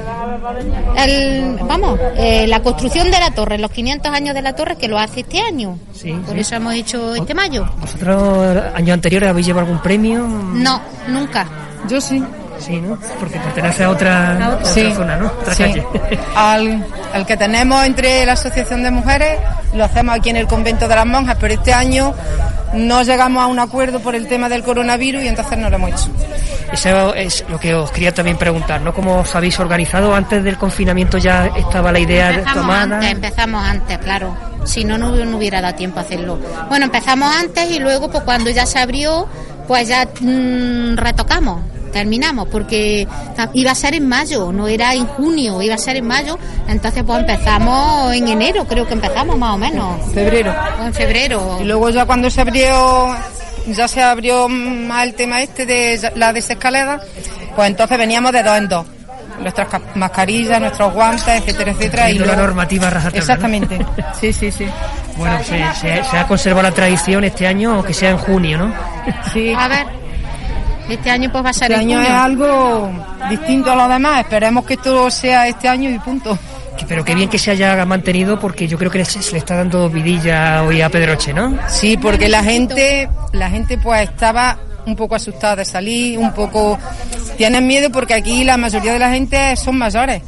el vamos, eh, la construcción de la torre, los quinientos años de la torre, que lo hace este año. Sí, por sí. eso hemos hecho este mayo. ¿Vosotros años anteriores habéis llevado algún premio? No, nunca. Yo sí. Sí, ¿no? Porque pertenece a otra, a otra sí, zona, ¿no? Otra sí. calle. Al, al que tenemos entre la Asociación de Mujeres, lo hacemos aquí en el Convento de las Monjas, pero este año no llegamos a un acuerdo por el tema del coronavirus y entonces no lo hemos hecho. Eso es lo que os quería también preguntar, ¿no? ¿Cómo os habéis organizado? Antes del confinamiento ya estaba la idea empezamos tomada. Antes, empezamos antes, claro. Si no, no, no hubiera dado tiempo a hacerlo. Bueno, empezamos antes y luego, pues cuando ya se abrió, pues ya mmm, retocamos. Terminamos, porque iba a ser en mayo, no era en junio, iba a ser en mayo, entonces pues empezamos en enero, creo que empezamos más o menos. Febrero. O en febrero. Y luego ya cuando se abrió, ya se abrió más el tema este de la desescalada, pues entonces veníamos de dos en dos. nuestras mascarillas, nuestros guantes, etcétera, etcétera. Y la normativa rajatabla. Exactamente, ¿no? sí, sí, sí. Bueno, se, se, se ha conservado la tradición este año, aunque sea en junio, ¿no? Sí. A ver, este año pues va a ser Este en año junio. es algo distinto a los demás, esperemos que esto sea este año y punto. Pero qué bien que se haya mantenido, porque yo creo que se, se le está dando vidilla hoy a Pedroche, ¿no? Sí, porque la gente, la gente pues estaba un poco asustada de salir, un poco tienen miedo porque aquí la mayoría de la gente son mayores.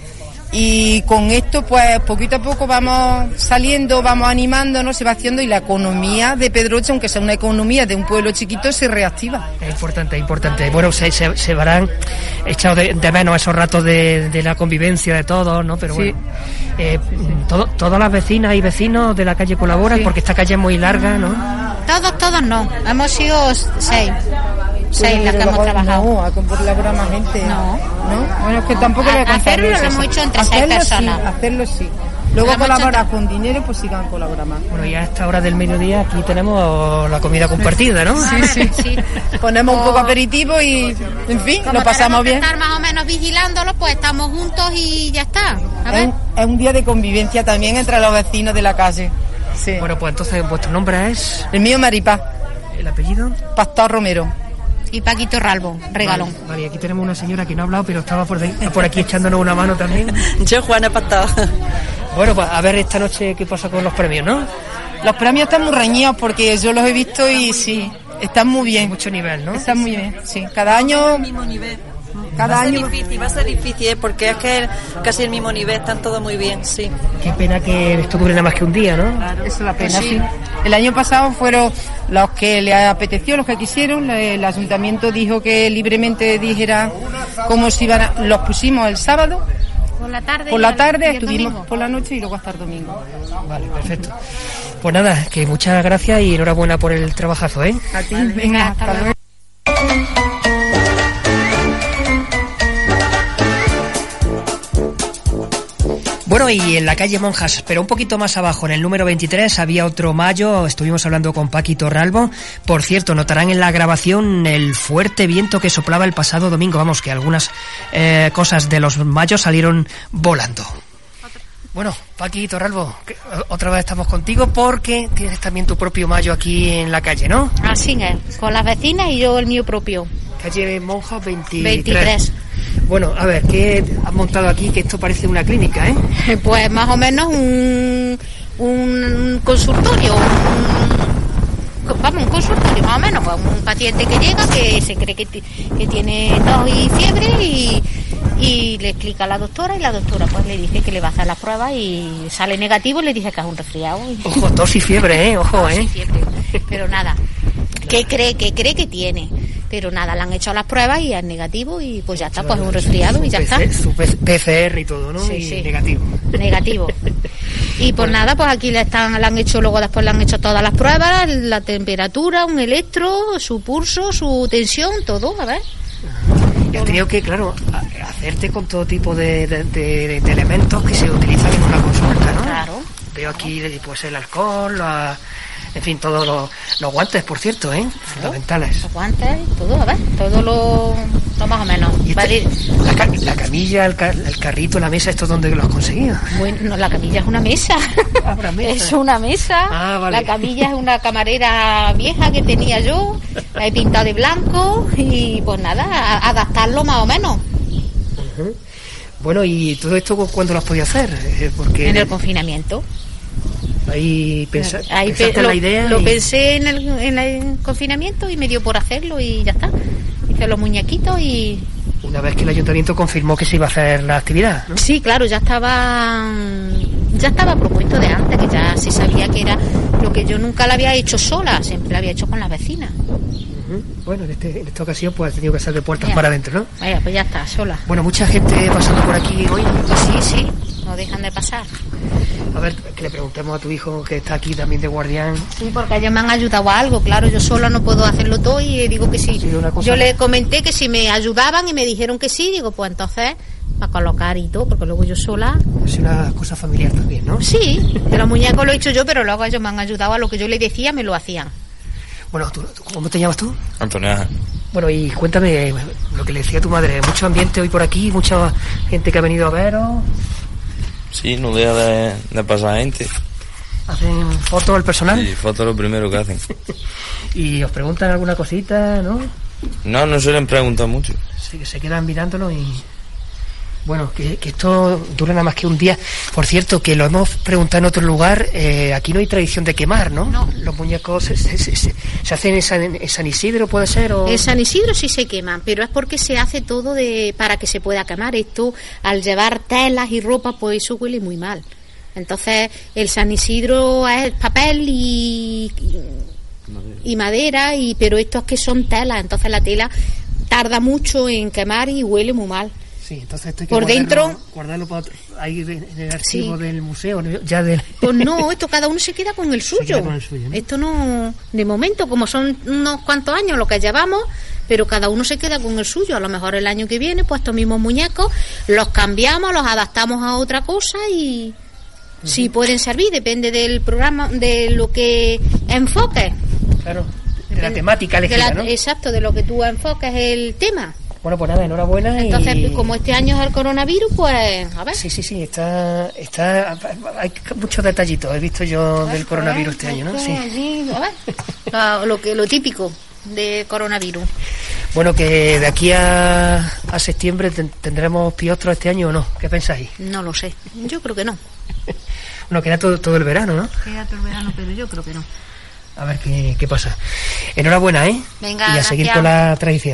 Y con esto pues poquito a poco vamos saliendo, vamos animándonos, se va haciendo y la economía de Pedroche, aunque sea una economía de un pueblo chiquito, se reactiva. Es importante, es importante. Bueno, se, se, se verán echados de, de menos esos ratos de, de la convivencia de todos, ¿no? Pero sí. bueno, eh, todo, todas las vecinas y vecinos de la calle colaboran, sí. Porque esta calle es muy larga, ¿no? Todos, todos no. Hemos sido seis. Seis las que hemos trabajado. No, a colaborar más gente. No. ¿No? Bueno, es que tampoco a, le hacerlo lo hemos hecho entre seis personas. Sí, hacerlo sí. Luego colaborar con dinero, pues sigan colaborando más. Bueno, y a esta hora del mediodía aquí tenemos la comida compartida, ¿no? Sí, sí. sí. Ponemos un poco aperitivo y, en fin, como lo pasamos bien. Estar más o menos vigilándolo, pues estamos juntos y ya está. A ver. Es, es un día de convivencia también entre los vecinos de la calle. Sí. Bueno, pues entonces, ¿vuestro nombre es? El mío, Maripaz. ¿El apellido? Pastor Romero. Y Paquito Ralbo, Regalón. Vale, vale, aquí tenemos una señora que no ha hablado, pero estaba por, de, por aquí echándonos una mano también. Yo, Juana Pastor. Bueno, pues a ver esta noche qué pasa con los premios, ¿no? Los premios están muy reñidos porque yo los he visto y sí, están muy bien. Mucho nivel, ¿no? Están muy bien, sí. Cada año... mismo nivel. Cada va a ser año... difícil, va a ser difícil, ¿eh? Porque es que casi el mismo nivel, están todos muy bien, sí. Qué pena que esto dure nada más que un día, ¿no? Claro. Eso es la pena, Pues sí. sí. El año pasado fueron los que le apeteció, los que quisieron. El ayuntamiento dijo que libremente dijera cómo se iban a... Los pusimos el sábado. Por la tarde. Por la tarde, el, estuvimos domingo. por la noche y luego hasta el domingo. Vale, perfecto. Pues nada, que muchas gracias y enhorabuena por el trabajazo, ¿eh? A ti, vale, venga, hasta, hasta luego. Bueno, y en la calle Monjas, pero un poquito más abajo, en el número veintitrés, había otro mayo, estuvimos hablando con Paquito Ralbo. Por cierto, notarán en la grabación el fuerte viento que soplaba el pasado domingo. Vamos, que algunas eh, cosas de los mayos salieron volando. Bueno, Paquito Ralbo, otra vez estamos contigo porque tienes también tu propio mayo aquí en la calle, ¿no? Así es, con las vecinas y yo el mío propio. Calle Monjas veintitrés. veintitrés. Bueno, a ver, ¿qué has montado aquí? Que esto parece una clínica, ¿eh? Pues más o menos un, un consultorio, un, vamos, un consultorio más o menos, pues un paciente que llega, que se cree que, que tiene tos y fiebre y, y le explica a la doctora y la doctora pues le dice que le va a hacer las pruebas y sale negativo y le dice que es un resfriado. Ojo, tos y fiebre, ¿eh? Ojo, ¿eh? Tos y fiebre, pero nada. ¿Qué cree, qué cree que tiene? Pero nada, le han hecho las pruebas y es negativo y pues ya está, pues es un resfriado y ya está. Su P C R y todo, ¿no? Sí, y sí. negativo. Negativo. Y pues nada, pues aquí le están, le han hecho, luego después le han hecho todas las pruebas, la temperatura, un electro, su pulso, su tensión, todo, a ver. Y has tenido que, claro, hacerte con todo tipo de, de, de, de elementos que se utilizan en una consulta, ¿no? Claro. Veo aquí pues el alcohol, la... En fin, todos los, los guantes, por cierto, ¿eh? Fundamentales. Los guantes, todo, a ver, todo lo, lo más o menos. ¿Y este, la, la camilla, el, car, el carrito, la mesa, ¿esto dónde lo has conseguido? Bueno, no, la camilla es una mesa. Ah, una mesa. Es una mesa. Ah, vale. La camilla es una camarera vieja que tenía yo, la he pintado de blanco y pues nada, a, adaptarlo más o menos. Uh-huh. Bueno, ¿y todo esto cuándo lo has podido hacer? Porque en el confinamiento. Ahí, pensa, Ahí pensaste pe lo, la idea. Lo y... pensé en el, en el confinamiento y me dio por hacerlo y ya está. Hice los muñequitos y... Una vez que el ayuntamiento confirmó que se iba a hacer la actividad, ¿no? Sí, claro, ya estaba ya estaba propuesto de antes, que ya se sabía que era lo que yo nunca la había hecho sola, siempre la había hecho con las vecinas. Uh-huh. Bueno, en, este, en esta ocasión pues ha tenido que salir de puertas Vaya. para adentro, ¿no? Vaya, pues ya está, sola. Bueno, mucha gente pasando por aquí hoy. Sí, sí, no dejan de pasar. A ver, que le preguntemos a tu hijo que está aquí también de guardián. Sí, porque ellos me han ayudado a algo, claro, yo sola no puedo hacerlo todo y digo que sí. Sí, una cosa yo más. le comenté que si me ayudaban y me dijeron que sí, digo, pues entonces, para colocar y todo, porque luego yo sola... Es una cosa familiar también, ¿no? Sí, de los muñecos lo he hecho yo, pero luego ellos me han ayudado a lo que yo les decía, me lo hacían. Bueno, ¿tú, tú, ¿cómo te llamas tú? Antonio Ángel. Bueno, y cuéntame lo que le decía tu madre, mucho ambiente hoy por aquí, mucha gente que ha venido a veros. Sí, no deja de, de pasar gente. ¿Hacen fotos al personal? Sí, fotos lo primero que hacen. Y os preguntan alguna cosita, ¿no? No, no suelen preguntar mucho. Sí, que se quedan mirándolo y... Bueno, que, que esto dura nada más que un día. Por cierto, que lo hemos preguntado en otro lugar, eh, aquí no hay tradición de quemar, ¿no? No. Los muñecos se, se, se, se hacen en San, en San Isidro, ¿puede ser? O... En San Isidro sí se queman, pero es porque se hace todo de para que se pueda quemar. Esto, al llevar telas y ropa, pues eso huele muy mal. Entonces, el San Isidro es papel y, y, y madera, y pero estos que son telas, entonces la tela tarda mucho en quemar y huele muy mal. Sí, entonces esto hay que por guardarlo, dentro guardarlo para otro, ahí en el archivo sí. del museo, ya del... Pues no, esto cada uno se queda con el suyo. Se queda con el suyo, ¿no? Esto no, de momento, como son unos cuantos años lo que llevamos, pero cada uno se queda con el suyo. A lo mejor el año que viene, pues estos mismos muñecos los cambiamos, los adaptamos a otra cosa y uh-huh. si pueden servir, depende del programa, de lo que enfoques. Claro, de la temática elegida, ¿no? Exacto, de lo que tú enfoques el tema. Bueno, pues nada, enhorabuena. Entonces, y... como este año es el coronavirus, pues, a ver. Sí, sí, sí, está, está, hay muchos detallitos, he visto yo del coronavirus este año, ¿no? Sí. Sí, a ver, lo, lo que, lo típico de coronavirus. Bueno, que de aquí a, a septiembre ten, tendremos piostros este año o no, ¿qué pensáis? No lo sé, yo creo que no. Bueno, queda todo, todo el verano, ¿no? Queda todo el verano, pero yo creo que no. A ver qué, qué pasa. Enhorabuena, ¿eh? Venga, y a gracias. seguir con la tradición.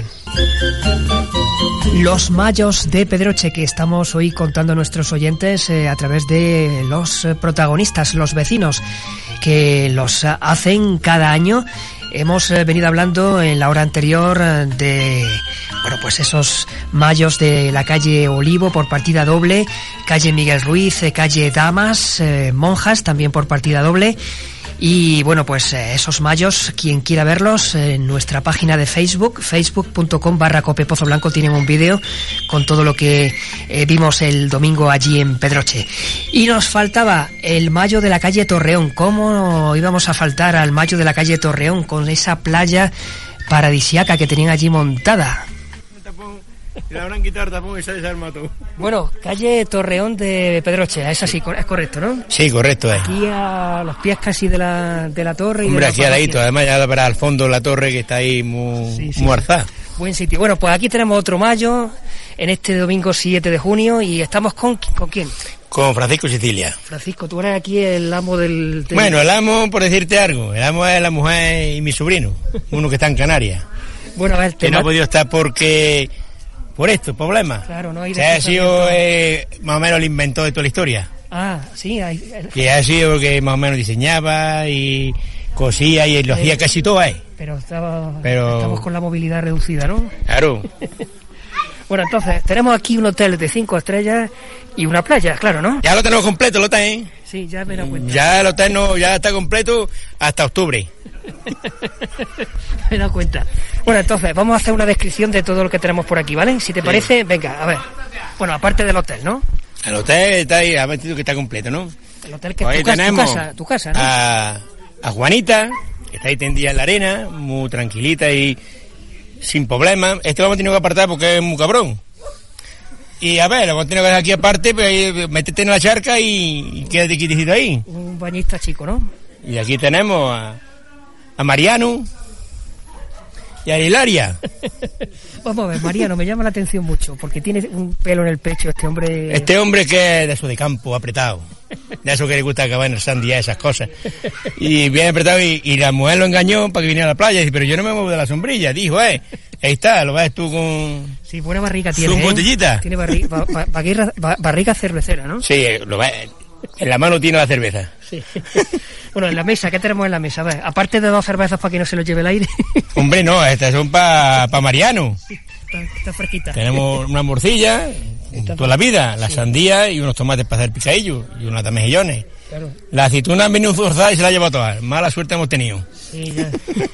Los mayos de Pedroche que estamos hoy contando a nuestros oyentes eh, a través de los eh, protagonistas, los vecinos que los eh, hacen cada año. Hemos eh, venido hablando en la hora anterior eh, de, bueno, pues esos mayos de la calle Olivo por partida doble, calle Miguel Ruiz, eh, calle Damas, eh, Monjas también por partida doble. Y bueno, pues eh, esos mayos, quien quiera verlos, en eh, nuestra página de Facebook, facebook punto com barra Cope Pozo Blanco, tienen un vídeo con todo lo que eh, vimos el domingo allí en Pedroche. Y nos faltaba el mayo de la calle Torreón. ¿Cómo íbamos a faltar al mayo de la calle Torreón con esa playa paradisiaca que tenían allí montada? Le habrán quitado el tapón y se desarma todo. Bueno, calle Torreón de Pedroche, es así, es correcto, ¿no? Sí, correcto es. Aquí a los pies casi de la, de la torre. Y Hombre, de aquí al ladito, además ya para al fondo la torre que está ahí muy, sí, sí, muy alzada. Buen sitio. Bueno, pues aquí tenemos otro mayo, en este domingo siete de junio, y estamos con, ¿con quién? Con Francisco Sicilia. Francisco, tú eres aquí el amo del, del... Bueno, el amo, por decirte algo, el amo es la mujer y mi sobrino, uno que está en Canarias. Bueno, a ver... Que no ha podido estar porque... Por esto, problema. Claro, no hay... O sea, ha sido eh, más o menos el inventor de toda la historia. Ah, sí. Hay... Que ha sido que más o menos diseñaba y cosía y lo hacía eh, casi todo ahí. Pero, estaba, pero estamos con la movilidad reducida, ¿no? Claro. Bueno, entonces, tenemos aquí un hotel de cinco estrellas y una playa, claro, ¿no? Ya lo tenemos completo, el hotel. Sí, ya me da cuenta. Ya el hotel no, ya está completo hasta octubre. Me he dado cuenta. Bueno, entonces, vamos a hacer una descripción de todo lo que tenemos por aquí, ¿vale? Si te sí. parece, venga, a ver. Bueno, aparte del hotel, ¿no? El hotel está ahí, ha metido que está completo, ¿no? El hotel que es tu, casa, tu casa, tu casa, ¿no? A, a Juanita, que está ahí tendida en la arena, muy tranquilita y sin problema. Este lo hemos tenido que apartar porque es muy cabrón. Y a ver, lo hemos tenido que dejar aquí aparte, pues métete en la charca y, y quédate quietecito ahí. Un bañista chico, ¿no? Y aquí tenemos a, a Mariano y a Hilaria. Vamos a ver, Mariano, me llama la atención mucho, porque tiene un pelo en el pecho este hombre... Este hombre que es de eso de campo, apretado. De eso que le gusta acabar en el sandía, esas cosas. Y bien apretado, y, y la mujer lo engañó para que viniera a la playa. Y dice, pero yo no me muevo de la sombrilla. Dijo, eh, ahí está, lo ves tú con... Sí, buena barriga tiene, su botellita. ¿eh? Tiene barriga, ba, ba, barriga, ba, barriga cervecera, ¿no? Sí, lo ves. En la mano tiene la cerveza. Sí. Bueno, en la mesa, ¿qué tenemos en la mesa? A ver, aparte de dos cervezas para que no se lo lleve el aire. Hombre, no, estas son para pa Mariano. Sí, está, está fresquita. Tenemos una morcilla, está toda la vida, la sí. sandía y unos tomates para hacer picadillos y unas de mejillones. Claro. La aceituna han venido forzadas y se la ha llevado todas. Mala suerte hemos tenido. Sí, ya.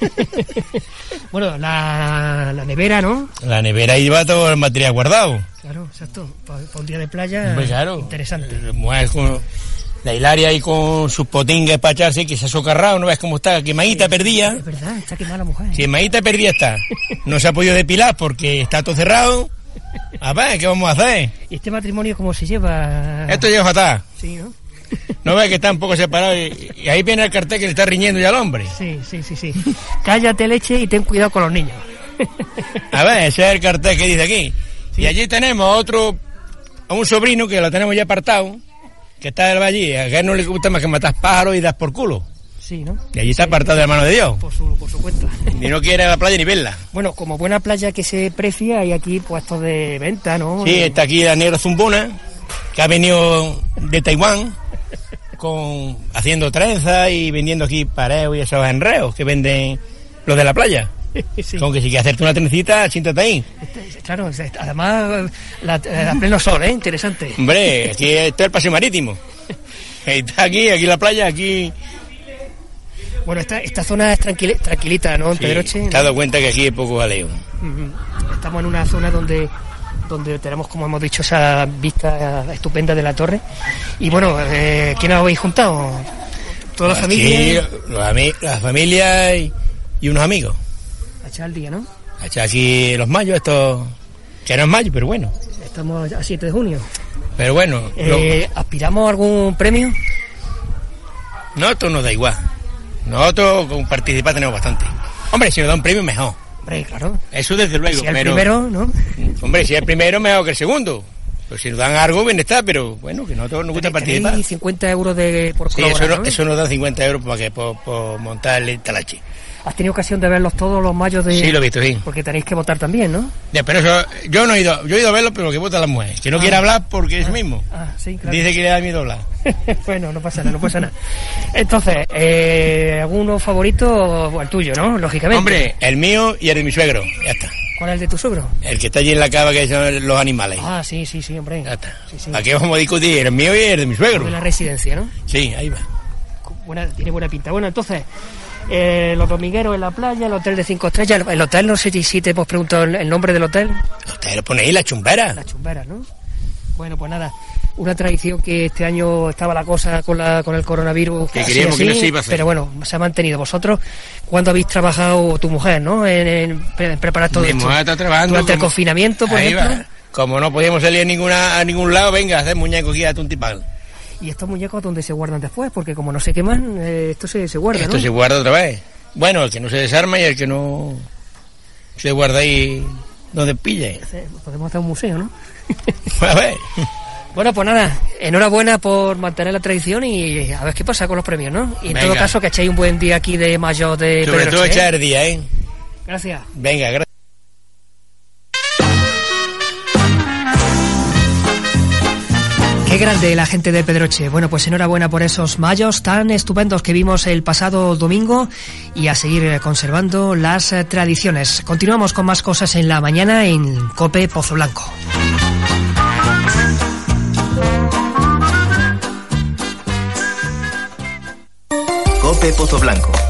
Bueno, la, la nevera, ¿no? La nevera lleva todo el material guardado. Claro, exacto. Para pa un día de playa, pues claro, interesante. Con, La Hilaria ahí con sus potingues para echarse, que se ha socarrado, ¿no ves cómo está? Quemadita, perdida. Es verdad, está quemada la mujer. Quemadita, perdida está. No se ha podido depilar porque está todo cerrado. A ver, ¿qué vamos a hacer? ¿Y este matrimonio cómo se lleva? Esto lleva fatal. Sí, ¿no? No ves que está un poco separado y, y ahí viene el cartel que le está riñendo ya al hombre. Sí, sí, sí, sí. Cállate, leche, y ten cuidado con los niños. A ver, ese es el cartel que dice aquí. Sí. Y allí tenemos otro, a un sobrino que lo tenemos ya apartado, que está allí. A él no le gusta más que matar pájaros y das por culo. Sí, ¿no? Y allí está sí, apartado de la mano de Dios. Por su, por su cuenta. Ni no quiere a la playa ni verla. Bueno, como buena playa que se precia, hay aquí puestos de venta, ¿no? Sí, está aquí la negra zumbona, que ha venido de Taiwán, con haciendo trenzas y vendiendo aquí pareos y esos enreos que venden los de la playa. Sí. Con que si quieres hacerte una trencita, siéntate ahí. Claro, además la, a pleno sol, ¿eh? Interesante. Hombre, aquí está el paseo marítimo. Está aquí, aquí la playa, aquí... Bueno, esta, esta zona es tranquil, tranquilita, ¿no? En sí, Pedroche. te has dado cuenta que aquí hay poco jaleo. Uh-huh. Estamos en una zona donde donde tenemos, como hemos dicho, esa vista estupenda de la torre. Y bueno, eh, ¿quién os habéis juntado? ¿Toda la aquí, familia? Los ami- la familia y, y unos amigos. A echar el día, ¿no? A echar aquí los mayos, estos... Que no es mayo, pero bueno. Estamos a siete de junio. Pero bueno... Eh, lo... ¿Aspiramos a algún premio? Nosotros nos da igual. Nosotros con participar tenemos bastante. Hombre, si nos da un premio, mejor. Hombre, claro. Eso desde luego. Si el pero, primero, ¿no? Hombre, si es el primero, mejor que el segundo. Pues si nos dan algo, bien está, pero bueno, que nosotros nos gusta participar. Y cincuenta euros de, por sí, colaborar, eso, no, ¿no? eso nos da cincuenta euros para que por, por montar el talachi. ¿Has tenido ocasión de verlos todos los mayos de...? Sí, lo he visto, sí. Porque tenéis que votar también, ¿no? Ya, pero eso, yo no he ido, yo he ido a verlo, pero lo que votan las mujeres. Que no ah. quiere hablar porque es ah. mismo. Ah, sí, claro. Dice que le da miedo hablar. Bueno, no pasa nada, no pasa nada. Entonces, eh, ¿alguno favorito? El tuyo, ¿no? Lógicamente. Hombre, el mío y el de mi suegro. Ya está. ¿Cuál es el de tu suegro? El que está allí en la cava, que son los animales. Ah, sí, sí, sí, hombre. Ya está. Sí, sí. ¿A qué vamos a discutir? El mío y el de mi suegro. De la residencia, ¿no? Sí, ahí va. Buena, tiene buena pinta. Bueno, entonces... Eh, los domingueros en la playa, el hotel de cinco estrellas, el, el hotel, no sé si te hemos preguntado el, el nombre del hotel. El hotel lo pone ahí, La Chumbera. La Chumbera, ¿no? Bueno, pues nada, una tradición que este año estaba la cosa con la con el coronavirus. Que queríamos así, que no se iba a hacer. Pero bueno, se ha mantenido. Vosotros, ¿cuándo habéis trabajado, tu mujer, ¿no? En, en, en preparar todo Mi esto. mujer está trabajando. Durante como, el confinamiento, por ahí ejemplo. Va. Como no podíamos salir a, ninguna, a ningún lado, venga, hacer muñecos aquí a Tuntipal. ¿Y estos muñecos dónde se guardan después? Porque como no se queman, eh, esto se, se guarda, Esto ¿no? se guarda otra vez. Bueno, el que no se desarma y el que no se guarda ahí donde pille. Podemos hacer un museo, ¿no? A ver. Bueno, pues nada, enhorabuena por mantener la tradición y a ver qué pasa con los premios, ¿no? Y en Venga. todo caso, que echéis un buen día aquí de mayo de Sobre Pedroche, todo ¿eh? echar el día, ¿eh? Gracias. Venga, gracias. Qué grande la gente de Pedroche. Bueno, pues enhorabuena por esos mayos tan estupendos que vimos el pasado domingo y a seguir conservando las tradiciones. Continuamos con más cosas en la mañana en COPE Pozo Blanco. COPE Pozo Blanco.